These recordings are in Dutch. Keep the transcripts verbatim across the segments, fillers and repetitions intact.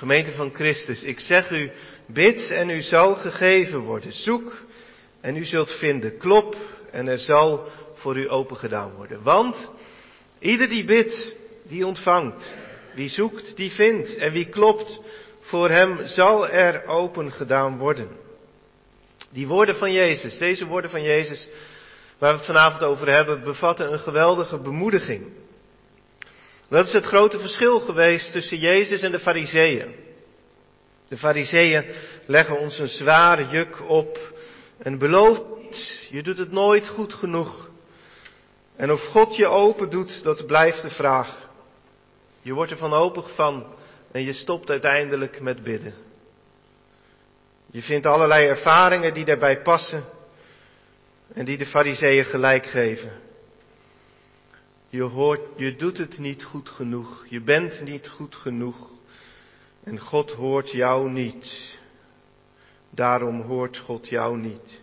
Gemeente van Christus, ik zeg u, bid en u zal gegeven worden. Zoek en u zult vinden. Klop en er zal voor u opengedaan worden. Want ieder die bidt, die ontvangt. Wie zoekt, die vindt. En wie klopt, voor hem zal er open gedaan worden. Die woorden van Jezus, deze woorden van Jezus, waar we het vanavond over hebben, bevatten een geweldige bemoediging. Dat is het grote verschil geweest tussen Jezus en de Farizeeën. De Farizeeën leggen ons een zware juk op en beloven iets. Je doet het nooit goed genoeg. En of God je open doet, dat blijft de vraag. Je wordt er wanhopig van en je stopt uiteindelijk met bidden. Je vindt allerlei ervaringen die daarbij passen en die de Farizeeën gelijk geven. Je hoort, je doet het niet goed genoeg. Je bent niet goed genoeg. En God hoort jou niet. Daarom hoort God jou niet.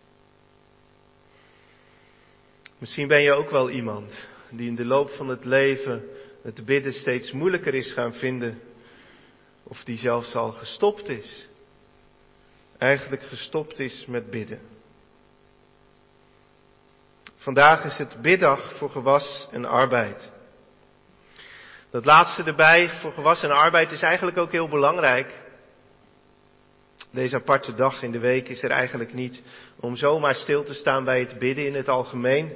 Misschien ben je ook wel iemand die in de loop van het leven het bidden steeds moeilijker is gaan vinden. Of die zelfs al gestopt is. Eigenlijk gestopt is met bidden. Vandaag is het biddag voor gewas en arbeid. Dat laatste erbij, voor gewas en arbeid, is eigenlijk ook heel belangrijk. Deze aparte dag in de week is er eigenlijk niet om zomaar stil te staan bij het bidden in het algemeen.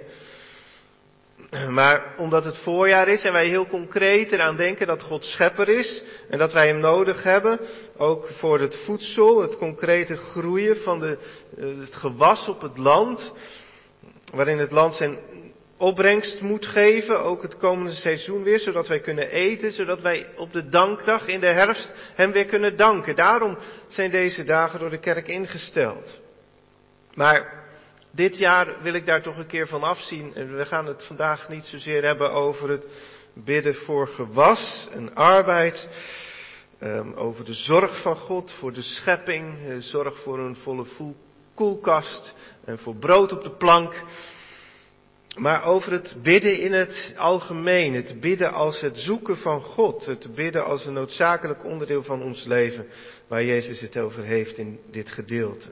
Maar omdat het voorjaar is en wij heel concreet eraan denken dat God schepper is en dat wij hem nodig hebben, ook voor het voedsel, het concrete groeien van de, het gewas op het land, waarin het land zijn opbrengst moet geven, ook het komende seizoen weer, zodat wij kunnen eten, zodat wij op de dankdag in de herfst hem weer kunnen danken. Daarom zijn deze dagen door de kerk ingesteld. Maar dit jaar wil ik daar toch een keer van afzien. En we gaan het vandaag niet zozeer hebben over het bidden voor gewas en arbeid, um, over de zorg van God, voor de schepping, uh, zorg voor een volle koelkast en voor brood op de plank. Maar over het bidden in het algemeen, het bidden als het zoeken van God, het bidden als een noodzakelijk onderdeel van ons leven, waar Jezus het over heeft in dit gedeelte.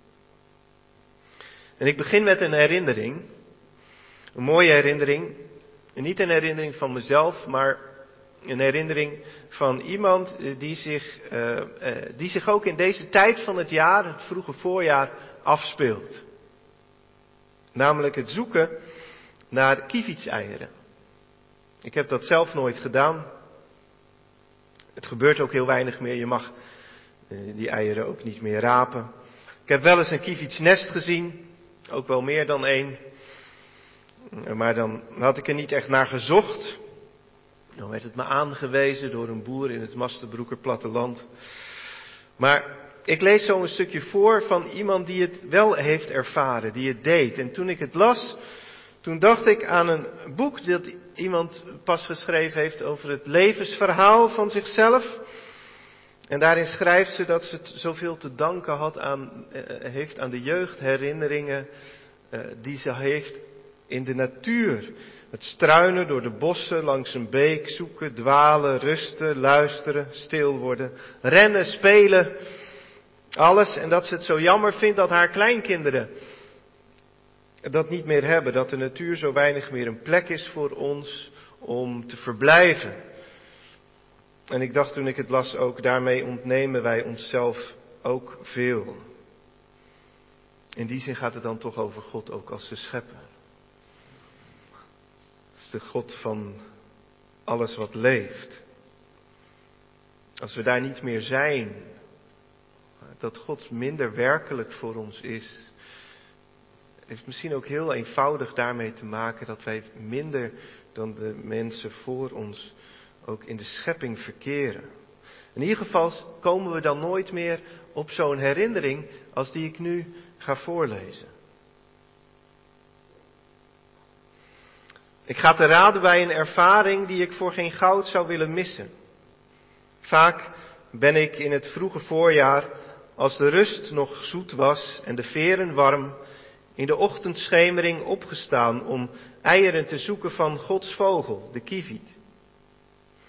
En ik begin met een herinnering, een mooie herinnering, en niet een herinnering van mezelf, maar een herinnering van iemand die zich, uh, uh, die zich ook in deze tijd van het jaar, het vroege voorjaar, afspeelt. Namelijk het zoeken naar kievitseieren. Ik heb dat zelf nooit gedaan. Het gebeurt ook heel weinig meer. Je mag uh, die eieren ook niet meer rapen. Ik heb wel eens een kievitsnest gezien. Ook wel meer dan één. Uh, maar dan had ik er niet echt naar gezocht. Dan werd het me aangewezen door een boer in het Mastenbroeker platteland. Maar ik lees zo een stukje voor van iemand die het wel heeft ervaren, die het deed. En toen ik het las, toen dacht ik aan een boek dat iemand pas geschreven heeft over het levensverhaal van zichzelf. En daarin schrijft ze dat ze het zoveel te danken had aan, uh, heeft aan de jeugdherinneringen uh, die ze heeft in de natuur. Het struinen door de bossen langs een beek, zoeken, dwalen, rusten, luisteren, stil worden, rennen, spelen, alles. En dat ze het zo jammer vindt dat haar kleinkinderen dat niet meer hebben. Dat de natuur zo weinig meer een plek is voor ons om te verblijven. En ik dacht toen ik het las ook, daarmee ontnemen wij onszelf ook veel. In die zin gaat het dan toch over God ook als de schepper. Als de God van alles wat leeft. Als we daar niet meer zijn, dat God minder werkelijk voor ons is, heeft misschien ook heel eenvoudig daarmee te maken dat wij minder dan de mensen voor ons ook in de schepping verkeren. In ieder geval komen we dan nooit meer op zo'n herinnering als die ik nu ga voorlezen. Ik ga te raden bij een ervaring die ik voor geen goud zou willen missen. Vaak ben ik in het vroege voorjaar, als de rust nog zoet was en de veren warm, in de ochtendschemering opgestaan om eieren te zoeken van Gods vogel, de kieviet.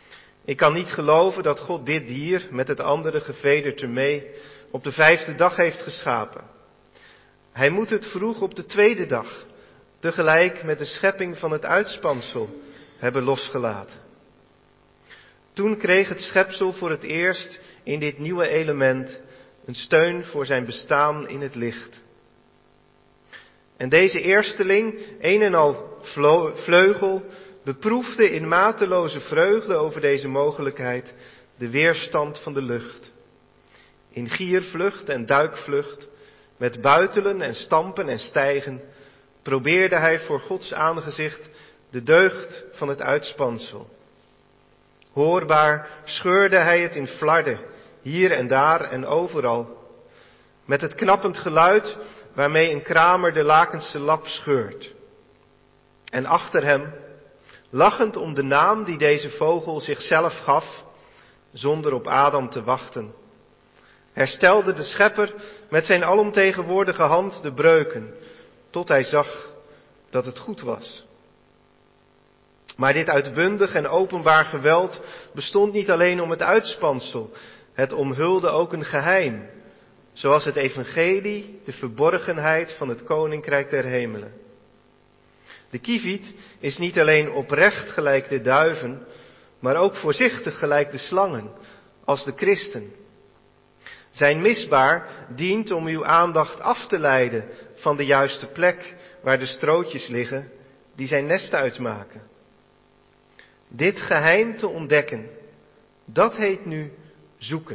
Ik kan niet geloven dat God dit dier met het andere gevederte mee op de vijfde dag heeft geschapen. Hij moet het vroeg op de tweede dag, tegelijk met de schepping van het uitspansel, hebben losgelaten. Toen kreeg het schepsel voor het eerst in dit nieuwe element een steun voor zijn bestaan in het licht. En deze eersteling, een en al vleugel, beproefde in mateloze vreugde over deze mogelijkheid de weerstand van de lucht. In giervlucht en duikvlucht, met buitelen en stampen en stijgen, probeerde hij voor Gods aangezicht de deugd van het uitspansel. Hoorbaar scheurde hij het in flarden, hier en daar en overal, met het knappend geluid waarmee een kramer de lakense lap scheurt. En achter hem, lachend om de naam die deze vogel zichzelf gaf, zonder op Adam te wachten, herstelde de schepper met zijn alomtegenwoordige hand de breuken, tot hij zag dat het goed was. Maar dit uitbundig en openbaar geweld bestond niet alleen om het uitspansel, het omhulde ook een geheim, zoals het evangelie de verborgenheid van het koninkrijk der hemelen. De kieviet is niet alleen oprecht gelijk de duiven, maar ook voorzichtig gelijk de slangen, als de christen. Zijn misbaar dient om uw aandacht af te leiden van de juiste plek waar de strootjes liggen die zijn nest uitmaken. Dit geheim te ontdekken, dat heet nu zoeken.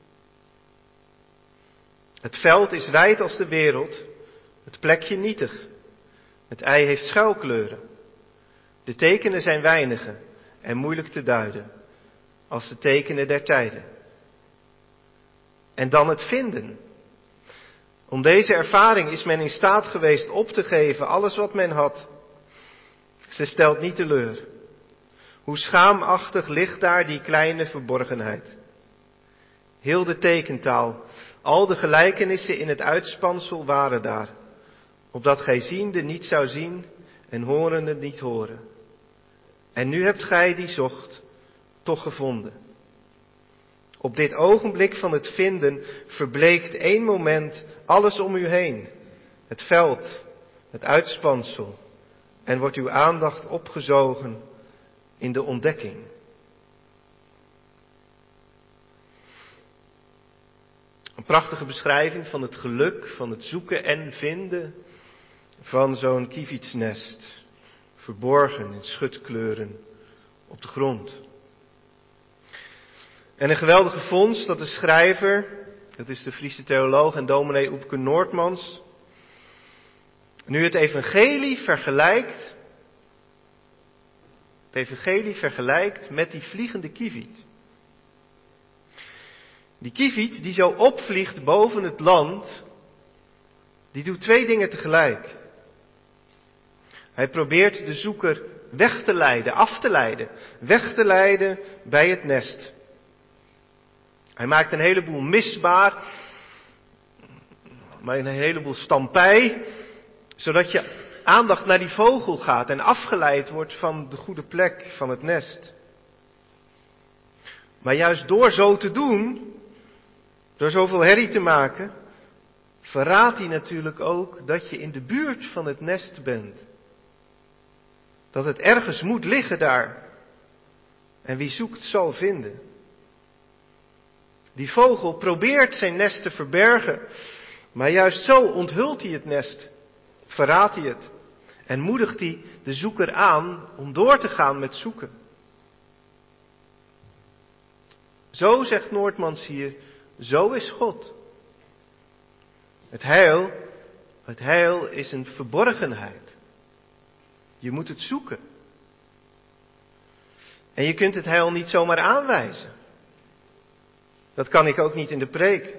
Het veld is wijd als de wereld, het plekje nietig. Het ei heeft schuilkleuren. De tekenen zijn weinige en moeilijk te duiden, als de tekenen der tijden. En dan het vinden. Om deze ervaring is men in staat geweest op te geven alles wat men had. Ze stelt niet teleur. Hoe schaamachtig ligt daar die kleine verborgenheid. Heel de tekentaal, al de gelijkenissen in het uitspansel waren daar, opdat gij ziende niet zou zien en horende niet horen. En nu hebt gij die zocht, toch gevonden. Op dit ogenblik van het vinden verbleekt één moment alles om u heen. Het veld, het uitspansel, en wordt uw aandacht opgezogen in de ontdekking. Een prachtige beschrijving van het geluk, van het zoeken en vinden van zo'n kievietsnest, verborgen in schutkleuren op de grond. En een geweldige vondst dat de schrijver, dat is de Friese theoloog en dominee Oepke Noordmans, nu het evangelie vergelijkt, het evangelie vergelijkt met die vliegende kieviet. Die kieviet die zo opvliegt boven het land, die doet twee dingen tegelijk. Hij probeert de zoeker weg te leiden, af te leiden, weg te leiden bij het nest. Hij maakt een heleboel misbaar, maar een heleboel stampij, zodat je aandacht naar die vogel gaat en afgeleid wordt van de goede plek van het nest. Maar juist door zo te doen, door zoveel herrie te maken, verraadt hij natuurlijk ook dat je in de buurt van het nest bent. Dat het ergens moet liggen daar. En wie zoekt zal vinden. Die vogel probeert zijn nest te verbergen, maar juist zo onthult hij het nest, verraadt hij het en moedigt hij de zoeker aan om door te gaan met zoeken. Zo, zegt Noordmans hier, zo is God. Het heil, het heil is een verborgenheid. Je moet het zoeken. En je kunt het heil niet zomaar aanwijzen. Dat kan ik ook niet in de preek.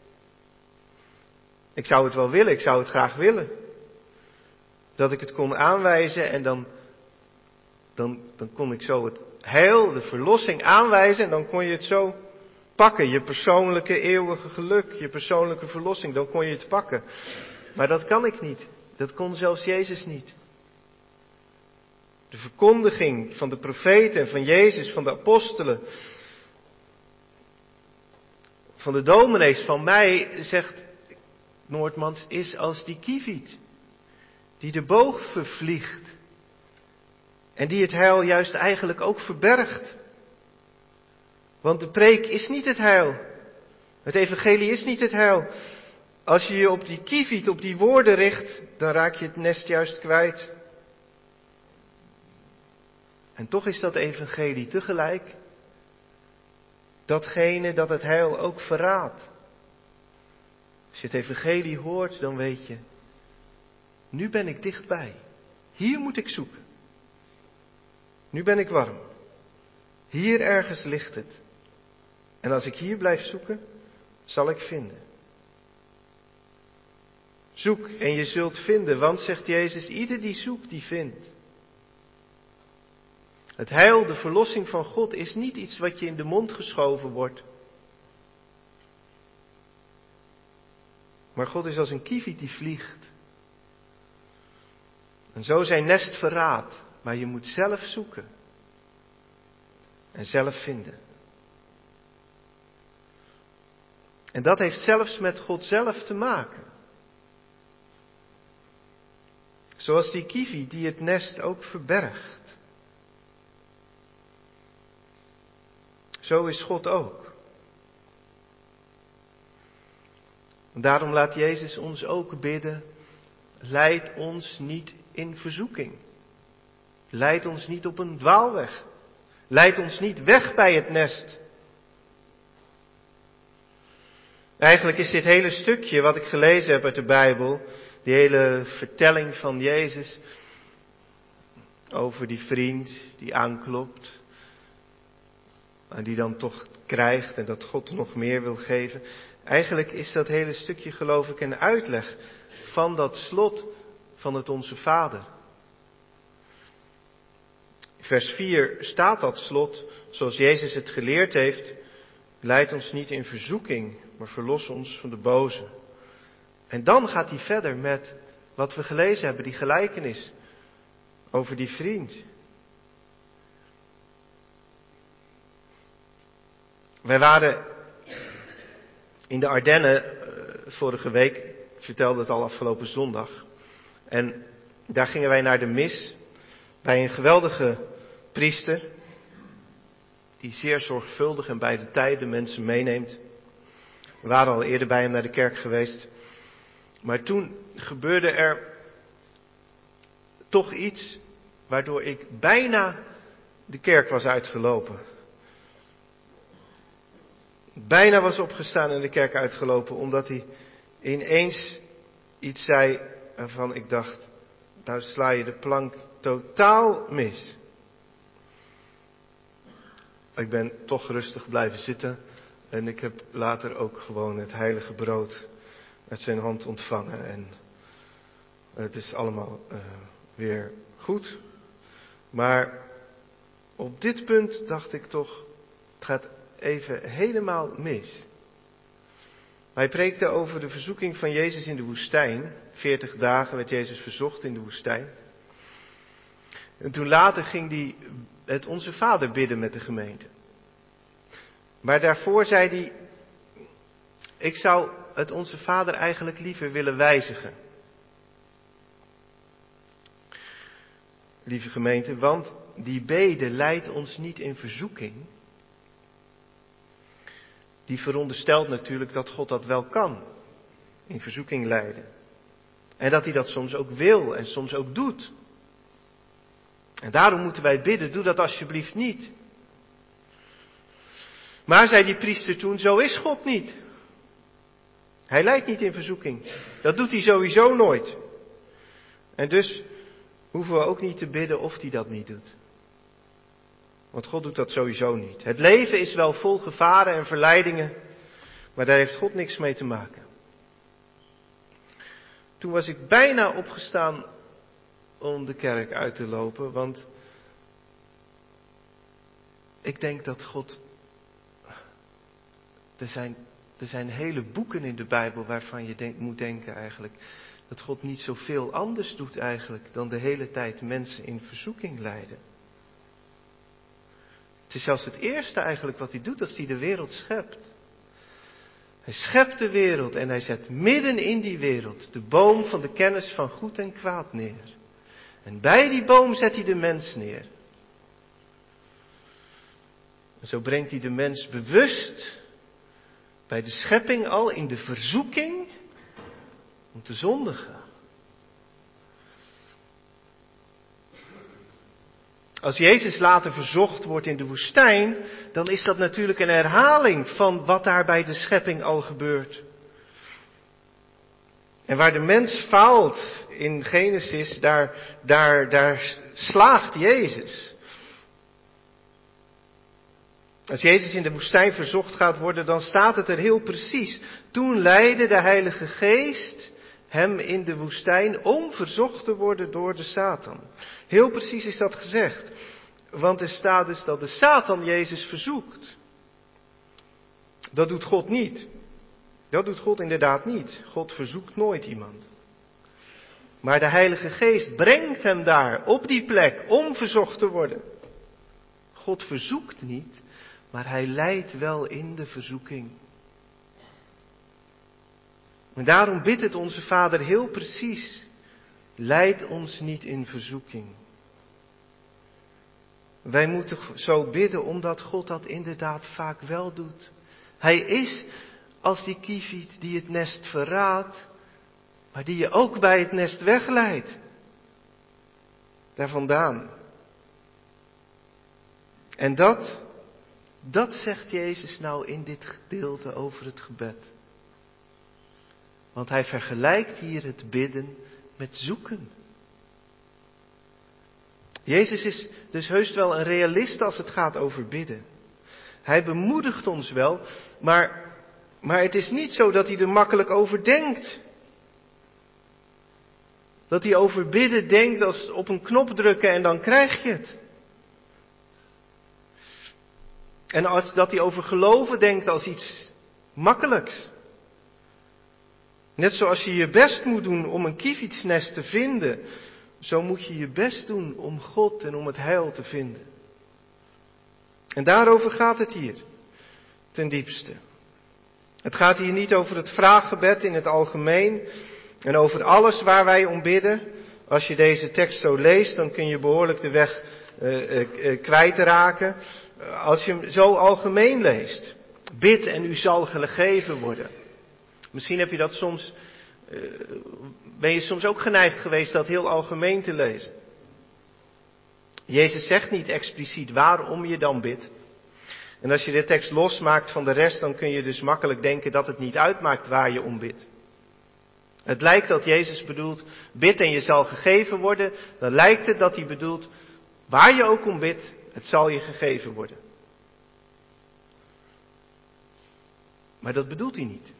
Ik zou het wel willen, ik zou het graag willen. Dat ik het kon aanwijzen en dan, dan, dan kon ik zo het heil, de verlossing aanwijzen en dan kon je het zo pakken. Je persoonlijke eeuwige geluk, je persoonlijke verlossing, dan kon je het pakken. Maar dat kan ik niet. Dat kon zelfs Jezus niet. De verkondiging van de profeten en van Jezus, van de apostelen, van de dominees, van mij, zegt Noordmans, is als die kieviet. Die de boog vervliegt. En die het heil juist eigenlijk ook verbergt. Want de preek is niet het heil. Het evangelie is niet het heil. Als je je op die kieviet, op die woorden richt, dan raak je het nest juist kwijt. En toch is dat evangelie tegelijk datgene dat het heil ook verraadt. Als je het evangelie hoort, dan weet je, nu ben ik dichtbij. Hier moet ik zoeken. Nu ben ik warm. Hier ergens ligt het. En als ik hier blijf zoeken, zal ik vinden. Zoek en je zult vinden, want, zegt Jezus, ieder die zoekt, die vindt. Het heil, de verlossing van God, is niet iets wat je in de mond geschoven wordt. Maar God is als een kieviet die vliegt. En zo zijn nest verraadt, maar je moet zelf zoeken. En zelf vinden. En dat heeft zelfs met God zelf te maken. Zoals die kieviet die het nest ook verbergt. Zo is God ook. En daarom laat Jezus ons ook bidden, leid ons niet in verzoeking. Leid ons niet op een dwaalweg. Leid ons niet weg bij het nest. Eigenlijk is dit hele stukje wat ik gelezen heb uit de Bijbel, die hele vertelling van Jezus over die vriend die aanklopt en die dan toch krijgt en dat God nog meer wil geven. Eigenlijk is dat hele stukje, geloof ik, een uitleg van dat slot van het Onze Vader. In vers vier staat dat slot, zoals Jezus het geleerd heeft, leid ons niet in verzoeking, maar verlos ons van de boze. En dan gaat hij verder met wat we gelezen hebben, die gelijkenis over die vriend. Wij waren in de Ardennen uh, vorige week, ik vertelde het al afgelopen zondag. En daar gingen wij naar de mis bij een geweldige priester, die zeer zorgvuldig en bij de tijden mensen meeneemt. We waren al eerder bij hem naar de kerk geweest. Maar toen gebeurde er toch iets waardoor ik bijna de kerk was uitgelopen. Bijna was opgestaan en de kerk uitgelopen, omdat hij ineens iets zei waarvan ik dacht, nou sla je de plank totaal mis. Ik ben toch rustig blijven zitten en ik heb later ook gewoon het heilige brood uit zijn hand ontvangen. En het is allemaal uh, weer goed. Maar op dit punt dacht ik toch, het gaat even helemaal mis. Hij preekte over de verzoeking van Jezus in de woestijn. veertig dagen werd Jezus verzocht in de woestijn. En toen later ging hij het Onze Vader bidden met de gemeente. Maar daarvoor zei hij, ik zou het Onze Vader eigenlijk liever willen wijzigen. Lieve gemeente, want die bede leidt ons niet in verzoeking. Die veronderstelt natuurlijk dat God dat wel kan, in verzoeking leiden. En dat hij dat soms ook wil en soms ook doet. En daarom moeten wij bidden, doe dat alsjeblieft niet. Maar, zei die priester toen, zo is God niet. Hij leidt niet in verzoeking. Dat doet hij sowieso nooit. En dus hoeven we ook niet te bidden of hij dat niet doet. Want God doet dat sowieso niet. Het leven is wel vol gevaren en verleidingen, maar daar heeft God niks mee te maken. Toen was ik bijna opgestaan om de kerk uit te lopen, want ik denk dat God... Er zijn, er zijn hele boeken in de Bijbel waarvan je denk, moet denken eigenlijk dat God niet zoveel anders doet eigenlijk dan de hele tijd mensen in verzoeking leiden. Het is zelfs het eerste eigenlijk wat hij doet als hij de wereld schept. Hij schept de wereld en hij zet midden in die wereld de boom van de kennis van goed en kwaad neer. En bij die boom zet hij de mens neer. En zo brengt hij de mens bewust bij de schepping al in de verzoeking om te zondigen. Als Jezus later verzocht wordt in de woestijn, dan is dat natuurlijk een herhaling van wat daar bij de schepping al gebeurt. En waar de mens faalt in Genesis, daar, daar, daar slaagt Jezus. Als Jezus in de woestijn verzocht gaat worden, dan staat het er heel precies. Toen leidde de Heilige Geest hem in de woestijn om verzocht te worden door de Satan. Heel precies is dat gezegd. Want er staat dus dat de Satan Jezus verzoekt. Dat doet God niet. Dat doet God inderdaad niet. God verzoekt nooit iemand. Maar de Heilige Geest brengt hem daar, op die plek, om verzocht te worden. God verzoekt niet, maar hij leidt wel in de verzoeking. En daarom bidt het onze Vader heel precies. Leid ons niet in verzoeking. Wij moeten zo bidden omdat God dat inderdaad vaak wel doet. Hij is als die kieviet die het nest verraadt, maar die je ook bij het nest wegleidt. Daar vandaan. En dat, dat zegt Jezus nou in dit gedeelte over het gebed. Want hij vergelijkt hier het bidden met zoeken. Jezus is dus heus wel een realist als het gaat over bidden. Hij bemoedigt ons wel, maar, maar het is niet zo dat hij er makkelijk over denkt. Dat hij over bidden denkt als op een knop drukken en dan krijg je het. En als, dat hij over geloven denkt als iets makkelijks. Net zoals je je best moet doen om een kievietsnest te vinden, zo moet je je best doen om God en om het heil te vinden. En daarover gaat het hier, ten diepste. Het gaat hier niet over het vraaggebed in het algemeen en over alles waar wij om bidden. Als je deze tekst zo leest, dan kun je behoorlijk de weg uh, uh, kwijtraken. Uh, als je hem zo algemeen leest. Bid en u zal gegeven worden. Misschien heb je dat soms, uh, ben je soms ook geneigd geweest dat heel algemeen te lezen. Jezus zegt niet expliciet waarom je dan bidt. En als je de tekst losmaakt van de rest, dan kun je dus makkelijk denken dat het niet uitmaakt waar je om bidt. Het lijkt dat Jezus bedoelt, bid en je zal gegeven worden. Dan lijkt het dat hij bedoelt, waar je ook om bidt, het zal je gegeven worden. Maar dat bedoelt hij niet.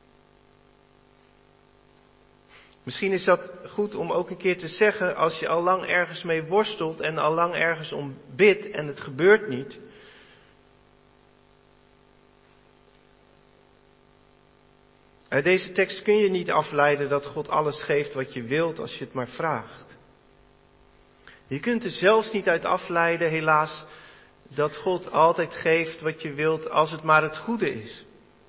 Misschien is dat goed om ook een keer te zeggen, als je al lang ergens mee worstelt en al lang ergens om bidt en het gebeurt niet. Uit deze tekst kun je niet afleiden dat God alles geeft wat je wilt als je het maar vraagt. Je kunt er zelfs niet uit afleiden, helaas, dat God altijd geeft wat je wilt als het maar het goede is.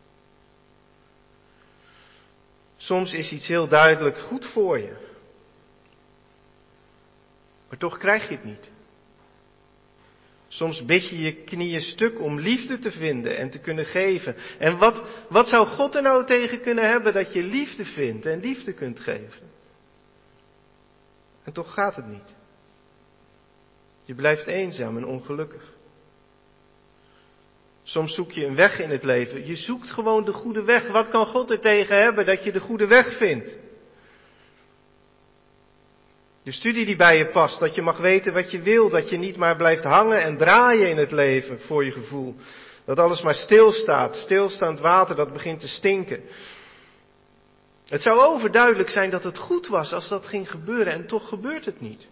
Soms is iets heel duidelijk goed voor je. Maar toch krijg je het niet. Soms bid je je knieën stuk om liefde te vinden en te kunnen geven. En wat, wat zou God er nou tegen kunnen hebben dat je liefde vindt en liefde kunt geven? En toch gaat het niet. Je blijft eenzaam en ongelukkig. Soms zoek je een weg in het leven. Je zoekt gewoon de goede weg. Wat kan God er tegen hebben dat je de goede weg vindt? De studie die bij je past, dat je mag weten wat je wil, dat je niet maar blijft hangen en draaien in het leven voor je gevoel. Dat alles maar stilstaat, stilstaand water dat begint te stinken. Het zou overduidelijk zijn dat het goed was als dat ging gebeuren en toch gebeurt het niet.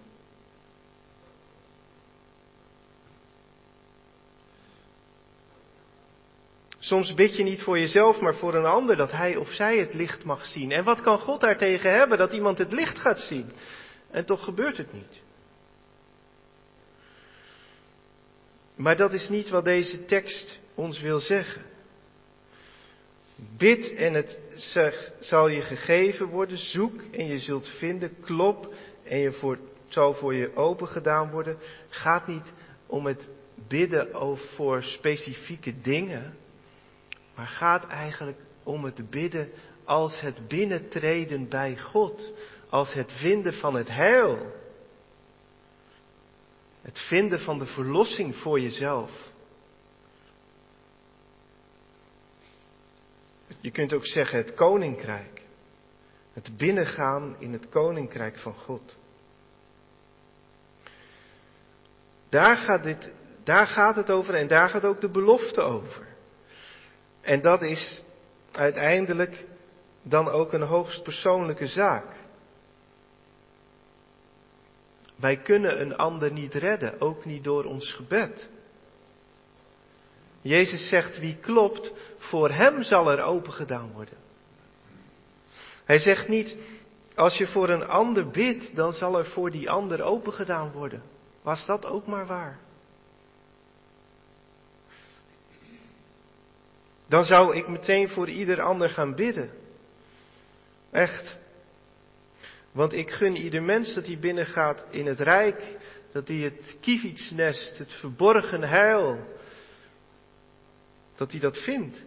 Soms bid je niet voor jezelf, maar voor een ander, dat hij of zij het licht mag zien. En wat kan God daartegen hebben, dat iemand het licht gaat zien? En toch gebeurt het niet. Maar dat is niet wat deze tekst ons wil zeggen. Bid en het zal je gegeven worden. Zoek en je zult vinden. Klop en je voor, het zal voor je open gedaan worden. Het gaat niet om het bidden over voor specifieke dingen. Maar gaat eigenlijk om het bidden als het binnentreden bij God. Als het vinden van het heil. Het vinden van de verlossing voor jezelf. Je kunt ook zeggen het koninkrijk. Het binnengaan in het koninkrijk van God. Daar gaat, dit, daar gaat het over en daar gaat ook de belofte over. En dat is uiteindelijk dan ook een hoogst persoonlijke zaak. Wij kunnen een ander niet redden, ook niet door ons gebed. Jezus zegt, wie klopt, voor hem zal er open gedaan worden. Hij zegt niet, als je voor een ander bidt, dan zal er voor die ander open gedaan worden. Was dat ook maar waar? Dan zou ik meteen voor ieder ander gaan bidden. Echt. Want ik gun ieder mens dat hij binnengaat in het rijk, dat hij het kievitsnest, het verborgen heil, dat hij dat vindt.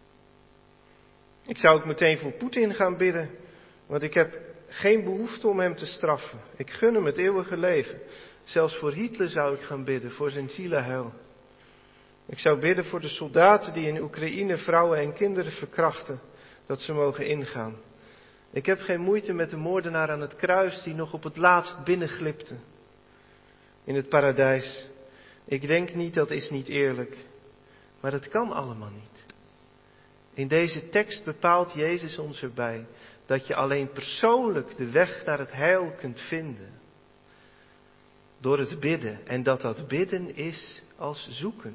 Ik zou ook meteen voor Poetin gaan bidden, want ik heb geen behoefte om hem te straffen. Ik gun hem het eeuwige leven. Zelfs voor Hitler zou ik gaan bidden, voor zijn zielenheil. Ik zou bidden voor de soldaten die in Oekraïne vrouwen en kinderen verkrachten, dat ze mogen ingaan. Ik heb geen moeite met de moordenaar aan het kruis die nog op het laatst binnenglipte in het paradijs. Ik denk niet, dat is niet eerlijk. Maar het kan allemaal niet. In deze tekst bepaalt Jezus ons erbij dat je alleen persoonlijk de weg naar het heil kunt vinden. Door het bidden. En dat dat bidden is als zoeken.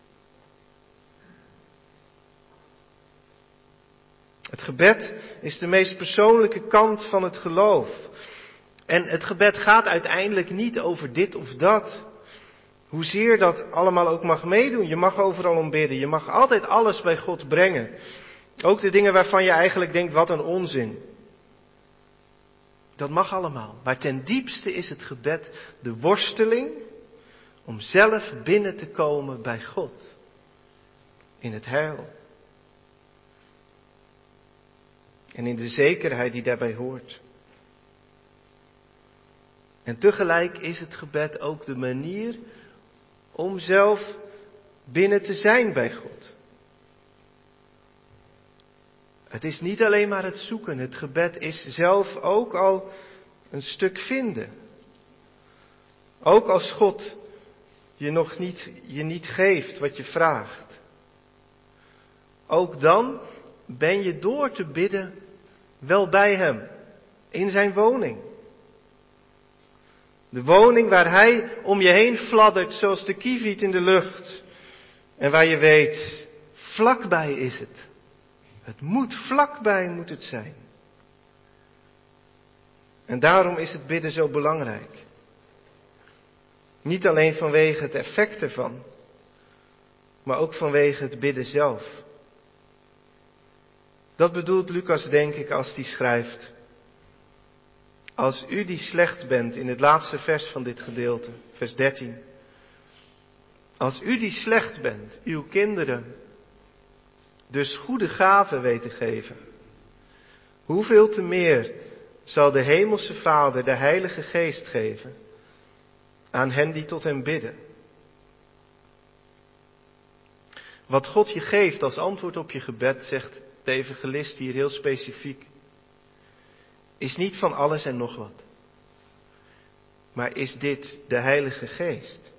Het gebed is de meest persoonlijke kant van het geloof. En het gebed gaat uiteindelijk niet over dit of dat. Hoezeer dat allemaal ook mag meedoen. Je mag overal om bidden. Je mag altijd alles bij God brengen. Ook de dingen waarvan je eigenlijk denkt, wat een onzin. Dat mag allemaal. Maar ten diepste is het gebed de worsteling om zelf binnen te komen bij God. In het heil. En in de zekerheid die daarbij hoort. En tegelijk is het gebed ook de manier om zelf binnen te zijn bij God. Het is niet alleen maar het zoeken. Het gebed is zelf ook al een stuk vinden. Ook als God je nog niet, je niet geeft wat je vraagt. Ook dan ben je door te bidden wel bij Hem. In zijn woning. De woning waar Hij om je heen fladdert zoals de kieviet in de lucht. En waar je weet, vlakbij is het. Het moet vlakbij moet het zijn. En daarom is het bidden zo belangrijk. Niet alleen vanwege het effect ervan, maar ook vanwege het bidden zelf. Dat bedoelt Lucas, denk ik, als hij schrijft: als u die slecht bent, in het laatste vers van dit gedeelte, vers dertien. Als u die slecht bent, uw kinderen dus goede gaven weet te geven, hoeveel te meer zal de hemelse Vader de Heilige Geest geven aan hen die tot hem bidden. Wat God je geeft als antwoord op je gebed, zegt de evangelist hier heel specifiek, is niet van alles en nog wat. Maar is dit de Heilige Geest.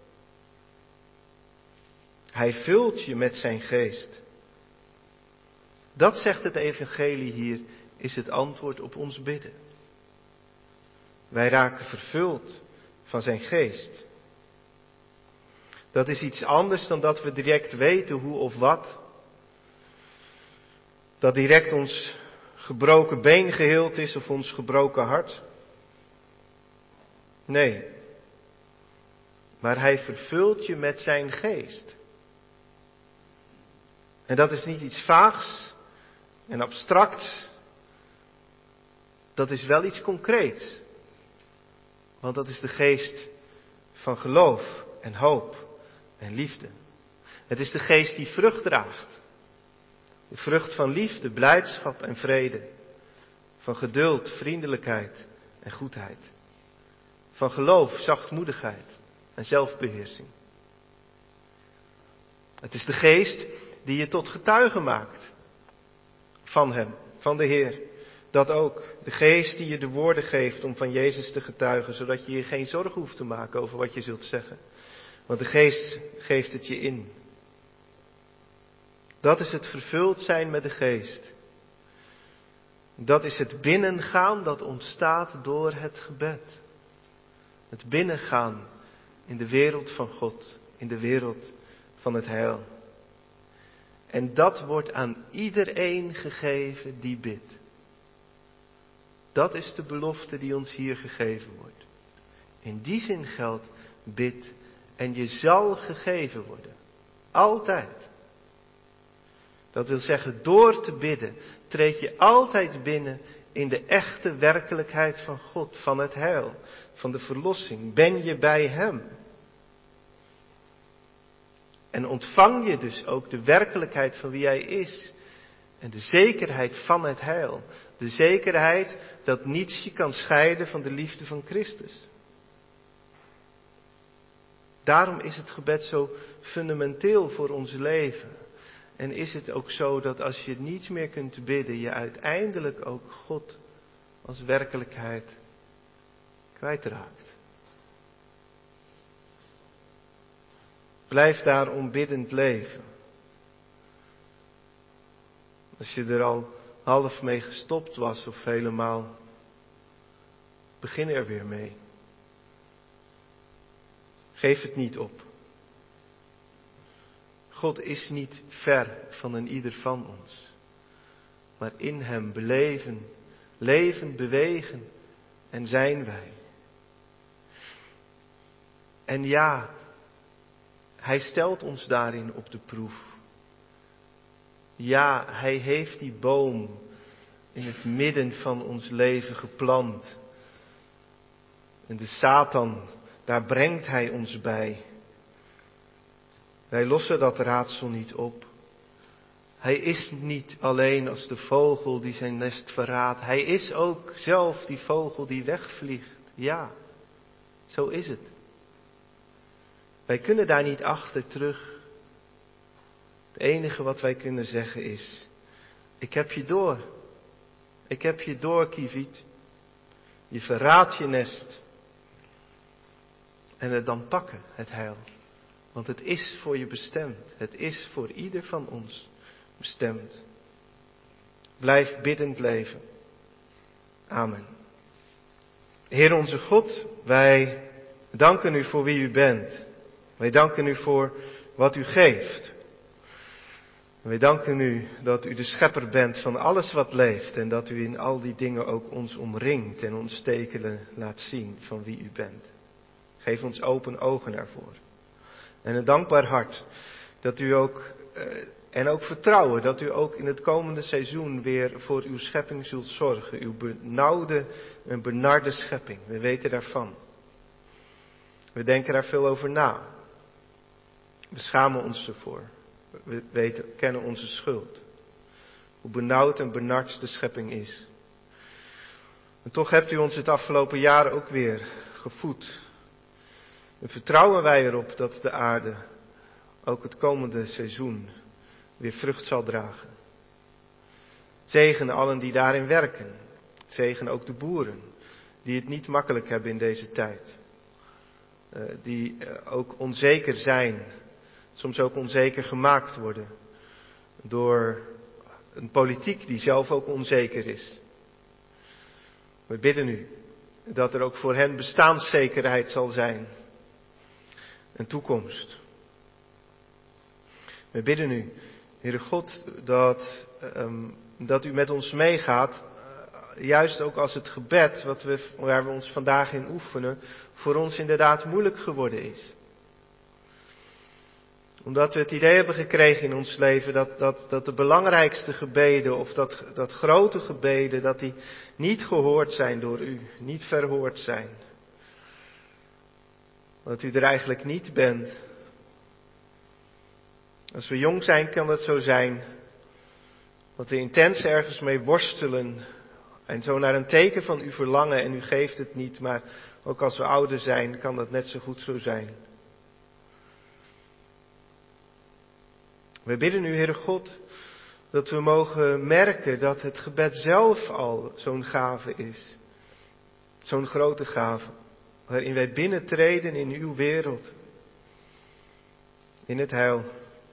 Hij vult je met zijn geest. Dat, zegt het evangelie hier, is het antwoord op ons bidden. Wij raken vervuld van zijn geest. Dat is iets anders dan dat we direct weten hoe of wat. Dat direct ons gebroken been geheeld is of ons gebroken hart. Nee. Maar hij vervult je met zijn geest. En dat is niet iets vaags. en abstract, dat is wel iets concreets. Want dat is de geest van geloof en hoop en liefde. Het is de geest die vrucht draagt. De vrucht van liefde, blijdschap en vrede. Van geduld, vriendelijkheid en goedheid. Van geloof, zachtmoedigheid en zelfbeheersing. Het is de geest die je tot getuige maakt van Hem, van de Heer. Dat ook. De geest die je de woorden geeft om van Jezus te getuigen, zodat je je geen zorgen hoeft te maken over wat je zult zeggen. Want de geest geeft het je in. Dat is het vervuld zijn met de geest. Dat is het binnengaan dat ontstaat door het gebed. Het binnengaan in de wereld van God, in de wereld van het heil. En dat wordt aan iedereen gegeven die bidt. Dat is de belofte die ons hier gegeven wordt. In die zin geldt, bid en je zal gegeven worden. Altijd. Dat wil zeggen, door te bidden treed je altijd binnen in de echte werkelijkheid van God, van het heil, van de verlossing. Ben je bij Hem. En ontvang je dus ook de werkelijkheid van wie Hij is. En de zekerheid van het heil. De zekerheid dat niets je kan scheiden van de liefde van Christus. Daarom is het gebed zo fundamenteel voor ons leven. En is het ook zo dat als je niets meer kunt bidden, je uiteindelijk ook God als werkelijkheid kwijtraakt. Blijf daarom biddend leven. Als je er al half mee gestopt was of helemaal, begin er weer mee. Geef het niet op. God is niet ver van een ieder van ons. Maar in Hem beleven, leven, bewegen en zijn wij. En ja, Hij stelt ons daarin op de proef. Ja, Hij heeft die boom in het midden van ons leven geplant. En de Satan, daar brengt Hij ons bij. Wij lossen dat raadsel niet op. Hij is niet alleen als de vogel die zijn nest verraadt. Hij is ook zelf die vogel die wegvliegt. Ja, zo is het. Wij kunnen daar niet achter terug. Het enige wat wij kunnen zeggen is, ik heb je door. Ik heb je door, Kieviet. Je verraadt je nest. En het dan pakken, het heil. Want het is voor je bestemd. Het is voor ieder van ons bestemd. Blijf biddend leven. Amen. Heer onze God, wij danken u voor wie u bent. Wij danken u voor wat u geeft. Wij danken u dat u de schepper bent van alles wat leeft. En dat u in al die dingen ook ons omringt en ons tekenen laat zien van wie u bent. Geef ons open ogen ervoor. En een dankbaar hart dat u ook, eh, en ook vertrouwen dat u ook in het komende seizoen weer voor uw schepping zult zorgen. Uw benauwde en benarde schepping. We weten daarvan. We denken daar veel over na. We schamen ons ervoor. We weten, kennen onze schuld. Hoe benauwd en benard de schepping is. En toch hebt u ons het afgelopen jaar ook weer gevoed. En vertrouwen wij erop dat de aarde ook het komende seizoen weer vrucht zal dragen. Zegen allen die daarin werken. Zegen ook de boeren die het niet makkelijk hebben in deze tijd. Uh, die uh, ook onzeker zijn. Soms ook onzeker gemaakt worden. Door een politiek die zelf ook onzeker is. We bidden u dat er ook voor hen bestaanszekerheid zal zijn. Een toekomst. We bidden u, Heere God, dat, um, dat u met ons meegaat. Uh, juist ook als het gebed, wat we, waar we ons vandaag in oefenen, voor ons inderdaad moeilijk geworden is. Omdat we het idee hebben gekregen in ons leven dat, dat, dat de belangrijkste gebeden of dat, dat grote gebeden, dat die niet gehoord zijn door u, niet verhoord zijn. Dat u er eigenlijk niet bent. Als we jong zijn kan dat zo zijn. Dat we intens ergens mee worstelen en zo naar een teken van u verlangen en u geeft het niet. Maar ook als we ouder zijn kan dat net zo goed zo zijn. We bidden u, Heere God, dat we mogen merken dat het gebed zelf al zo'n gave is. Zo'n grote gave. Waarin wij binnentreden in uw wereld. In het heil.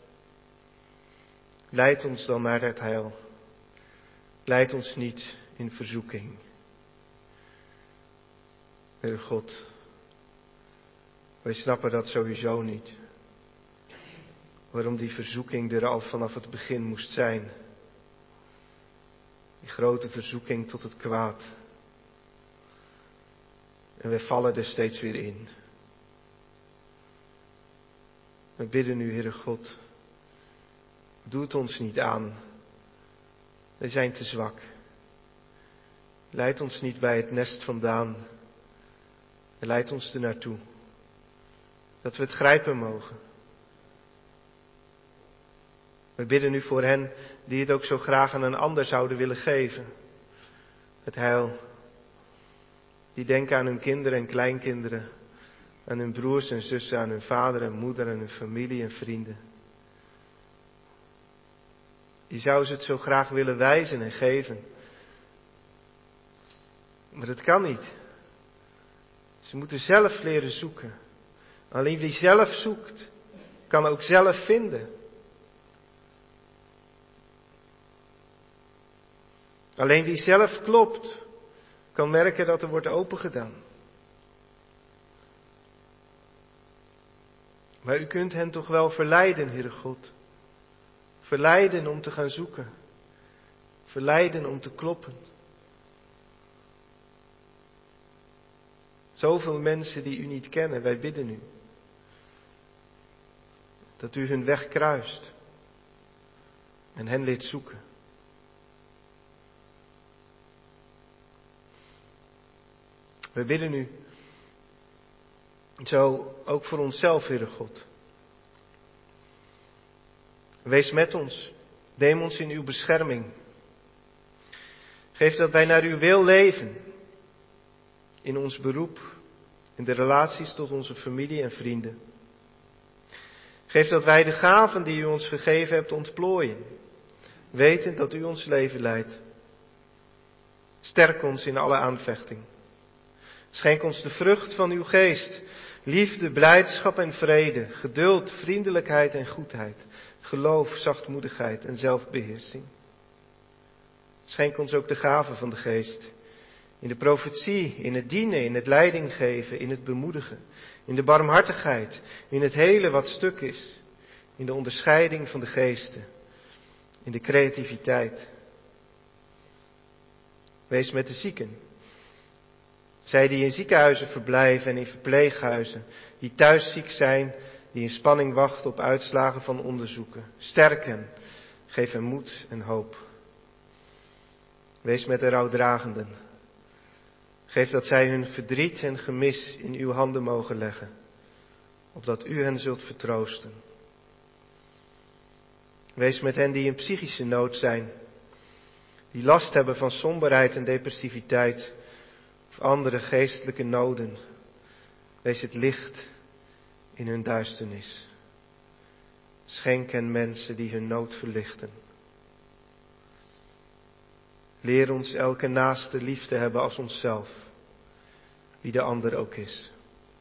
Leid ons dan naar het heil. Leid ons niet in verzoeking. Heere God, wij snappen dat sowieso niet. Waarom die verzoeking er al vanaf het begin moest zijn. Die grote verzoeking tot het kwaad. En we vallen er steeds weer in. We bidden u, Heere God, doe het ons niet aan. Wij zijn te zwak. Leid ons niet bij het nest vandaan. En leid ons er naartoe. Dat we het grijpen mogen. We bidden u voor hen die het ook zo graag aan een ander zouden willen geven. Het heil. Die denken aan hun kinderen en kleinkinderen. Aan hun broers en zussen, aan hun vader en moeder, aan hun familie en vrienden. Die zouden ze het zo graag willen wijzen en geven. Maar dat kan niet. Ze moeten zelf leren zoeken. Alleen wie zelf zoekt, kan ook zelf vinden. Alleen wie zelf klopt, kan merken dat er wordt opengedaan. Maar u kunt hen toch wel verleiden, Heere God. Verleiden om te gaan zoeken. Verleiden om te kloppen. Zoveel mensen die u niet kennen, wij bidden u. Dat u hun weg kruist. En hen leert zoeken. We bidden u. Zo ook voor onszelf, Heere God. Wees met ons. Neem ons in uw bescherming. Geef dat wij naar uw wil leven. In ons beroep. In de relaties tot onze familie en vrienden. Geef dat wij de gaven die u ons gegeven hebt ontplooien. Wetend dat u ons leven leidt. Sterk ons in alle aanvechting. Schenk ons de vrucht van uw geest. Liefde, blijdschap en vrede. Geduld, vriendelijkheid en goedheid. Geloof, zachtmoedigheid en zelfbeheersing. Schenk ons ook de gaven van de geest. In de profetie, in het dienen, in het leiding geven, in het bemoedigen. In de barmhartigheid, in het hele wat stuk is. In de onderscheiding van de geesten. In de creativiteit. Wees met de zieken. Zij die in ziekenhuizen verblijven en in verpleeghuizen. Die thuis ziek zijn, die in spanning wachten op uitslagen van onderzoeken. Sterk hen, geef hen moed en hoop. Wees met de rouwdragenden. Geef dat zij hun verdriet en gemis in uw handen mogen leggen. Opdat u hen zult vertroosten. Wees met hen die in psychische nood zijn. Die last hebben van somberheid en depressiviteit. Of andere geestelijke noden. Wees het licht in hun duisternis. Schenk hen mensen die hun nood verlichten. Leer ons elke naaste lief te hebben als onszelf. Wie de ander ook is.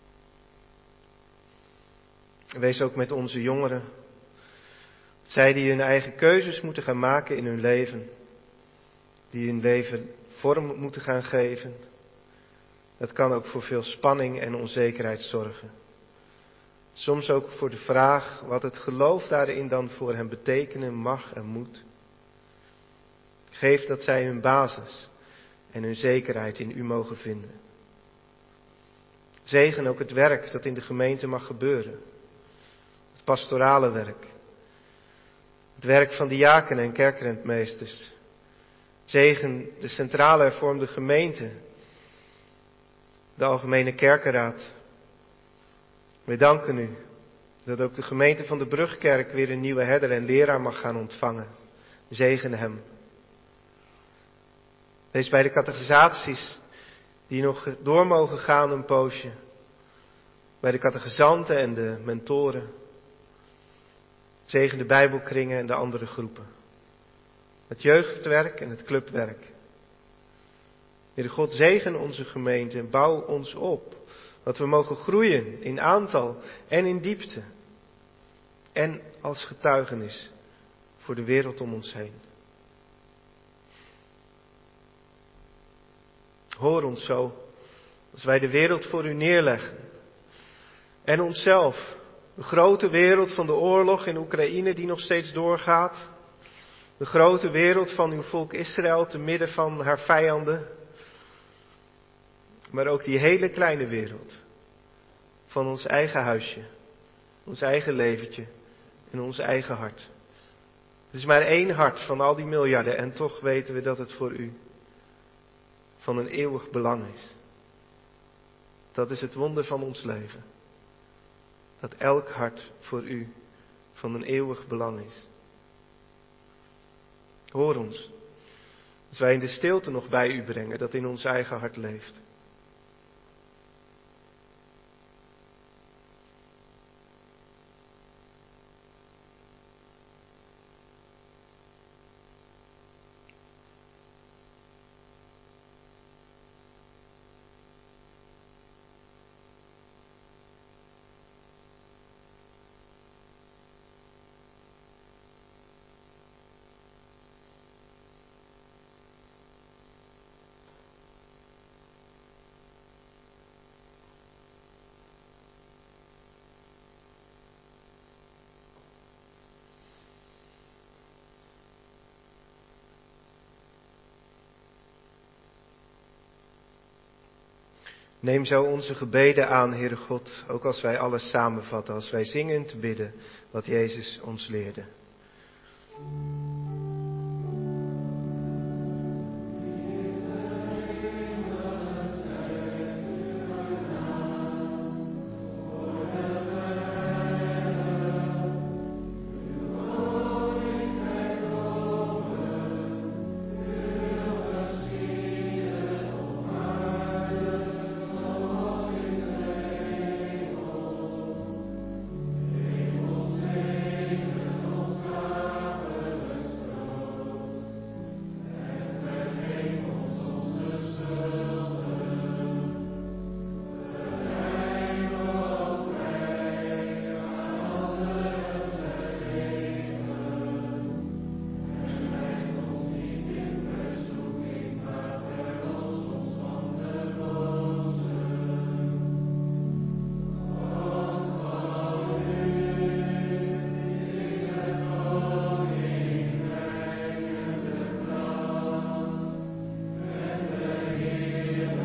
Wees ook met onze jongeren. Zij die hun eigen keuzes moeten gaan maken in hun leven. Die hun leven vorm moeten gaan geven. Dat kan ook voor veel spanning en onzekerheid zorgen. Soms ook voor de vraag wat het geloof daarin dan voor hen betekenen mag en moet. Geef dat zij hun basis en hun zekerheid in u mogen vinden. Zegen ook het werk dat in de gemeente mag gebeuren. Het pastorale werk. Het werk van diakenen en kerkrentmeesters. Zegen de centrale hervormde gemeente. De Algemene Kerkenraad. Wij danken u dat ook de gemeente van de Brugkerk weer een nieuwe herder en leraar mag gaan ontvangen. Zegen hem. Wees bij de catechisaties die nog door mogen gaan een poosje. Bij de catechizanten en de mentoren. Zegen de bijbelkringen en de andere groepen. Het jeugdwerk en het clubwerk. Heere God, zegen onze gemeente en bouw ons op. Dat we mogen groeien in aantal en in diepte. En als getuigenis voor de wereld om ons heen. Hoor ons zo, als wij de wereld voor u neerleggen. En onszelf, de grote wereld van de oorlog in Oekraïne die nog steeds doorgaat. De grote wereld van uw volk Israël te midden van haar vijanden. Maar ook die hele kleine wereld van ons eigen huisje, ons eigen leventje en ons eigen hart. Het is maar één hart van al die miljarden en toch weten we dat het voor u van een eeuwig belang is. Dat is het wonder van ons leven. Dat elk hart voor u van een eeuwig belang is. Hoor ons, als wij in de stilte nog bij u brengen dat in ons eigen hart leeft. Neem zo onze gebeden aan, Heere God, ook als wij alles samenvatten, als wij zingend bidden wat Jezus ons leerde.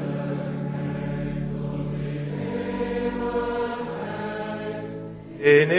In